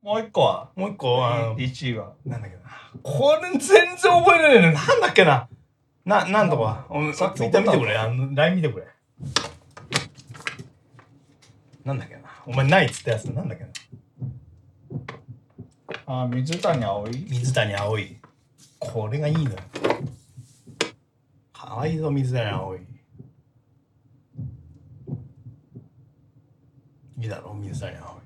もう一個はもう一個、 1位は。 なんだっけな。これ全然覚えられないね。なんだっけな。なんとか。 さっきツイッター見てくれ。LINE 見てくれ。なんだっけな。お前ないっつったやつなんだっけな。 水谷葵。 水谷葵。これがいいのよ。かわいいぞ、水谷葵。いいだろ、水谷葵。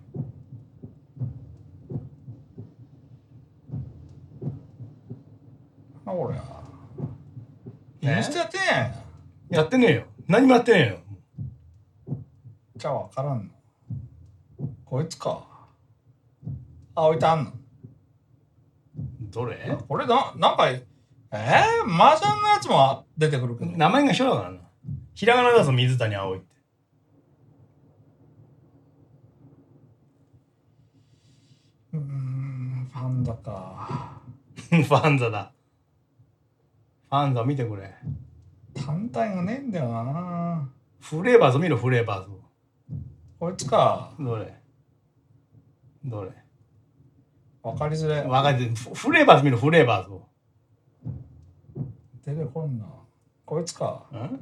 ほら。インスタやってねやってねえよ。何もやってねえよ。 じゃあわからんの。こいつか。置いてあんの。 どれ？ これなんか、麻雀のやつも出てくるけど。 名前が一緒だからな。ひらがなだぞ、水谷葵って。 ファンザか。 ファンザだ。ファンザ見てくれ。 単体がねえんだよな。 フレーバーズ見ろ、フレーバーズ。 こいつか。 どれわかりづらい。 わかりづらい。フレーバーズ見ろ、フレーバーズを。 出てこんな。こいつか。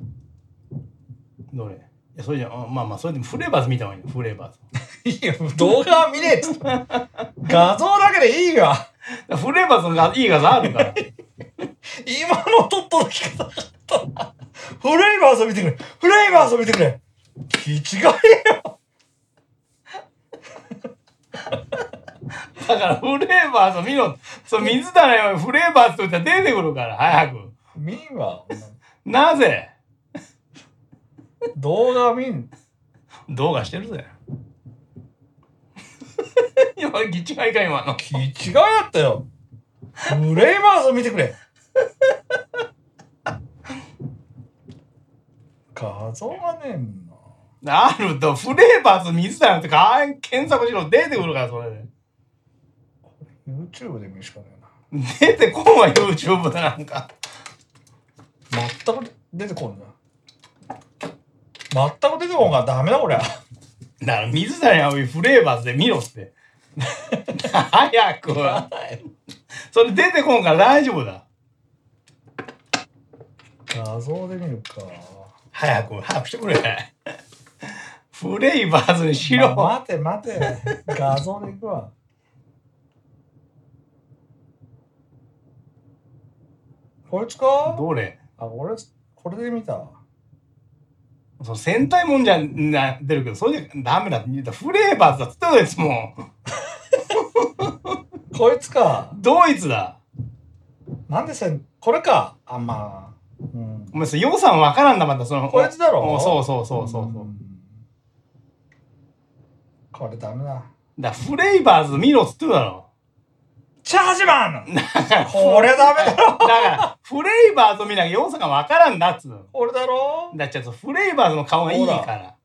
どれ？いや、それじゃ、まあ、それでもフレーバーズ見た方がいいの、フレーバーズ。 いや、動画は見ねえっつって。画像だけでいいわ。 フレーバーズのいい画像あるから。 今の撮った時方だったフレーバーズを見てくれ。フレーバーズを見てくれ。気違いよ。 だからフレーバーズを見ろ。そう、水谷よ、フレーバーズと言ったら出てくるから、早く。 見んわ。 なぜ？ 動画見ん。 動画してるぜ。今、気違いか、今の。 気違いだったよ。フレーバーズを見てくれ。画像がねえんな。 あると、フレーバーズ水谷って検索しろ、出てくるから、それで。 YouTube で見るしかねえな。 出てこんわ、YouTube でなんか。 全く出てこんな。全く出てこんからダメだこりゃ。 だから水谷葵フレーバーズで見ろって。早く。それ出てこんから大丈夫だ。 画像で見るか。 早くしてくれ。フレーバーズにしろ。 待て。画像でいくわ。こいつか？ どれ？ これで見た。 その戦隊もんじゃ出るけど、それじゃダメだって言ったらフレーバーズだっつってたやつもん。 こいつか。 ドイツだ。 なんでこれか。まあ。 お前予算わからんだ、またその。 こいつだろ？ そう。 これダメだ。 フレーバーズ見ろっつってただろ。 チャージマンこれダメだろ。 だから、フレーバーズ見なきゃ要素がわからんだっつうの。 これだろ。 だっちゃうとフレーバーズの顔がいいから。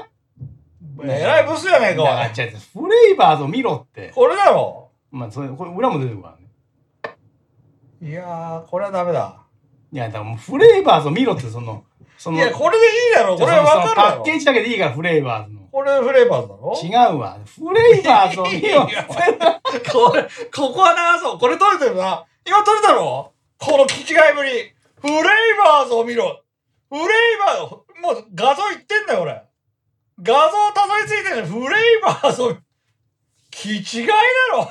えらいブスやねえか。 だっちゃうとフレーバーズを見ろって。 これだろ。 まあ、これ裏も出てくるからね。 いやー、これはダメだ。 いや、だからもうフレーバーズを見ろって、いや、これでいいだろ。これはわかるだろ。 パッケージだけでいいから、フレーバーズの。 これフレーバーズだろ。 違うわ。フレーバーズを見ろって。 ここは流そう。これ撮れてるな。今撮れたろ。この気違いぶり。フレーバーズを見ろ。フレーバーズ、もう画像いってんだよ、俺。画像たどり着いてる。フレーバーズを、気違いだろ。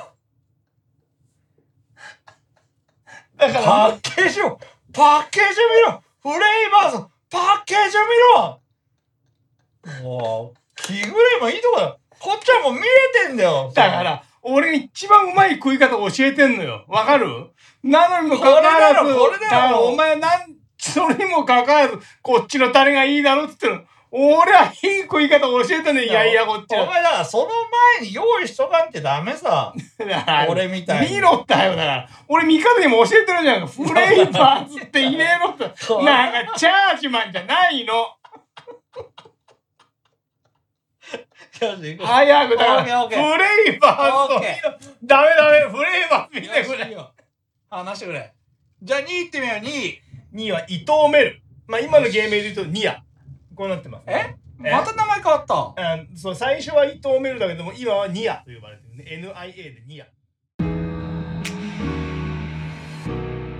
だから、パッケージを見ろ。フレーバーズ、パッケージを見ろ。もう、気ぐれもいいとこだよ。こっちはもう見れてんだよ。 だから、俺が一番うまい食い方を教えてんのよ。わかる？なのにもかかわらず、 これだろ。 お前それにもかかわらず、こっちのタレがいいだろって言ってる。俺はいい食い方を教えてんのよ。いや、こっちは。 お前だから、その前に用意しとかんってダメさ。俺みたいに。 見ろったよ、だから。俺味方にも教えてるじゃん。フレーバーズって入れろって。なんか、チャージマンじゃないの。早くだから、フレーバーズを見ろ。ダメ、フレーバーズ見てくれ。 話してくれ。じゃあ2位いってみよう、2位。 2位は伊藤メル。まあ今のゲームで言うと2や。こうなってます。 また名前変わった。 そう最初は伊藤メルだけども今はニアと呼ばれてるね。NIA でニア。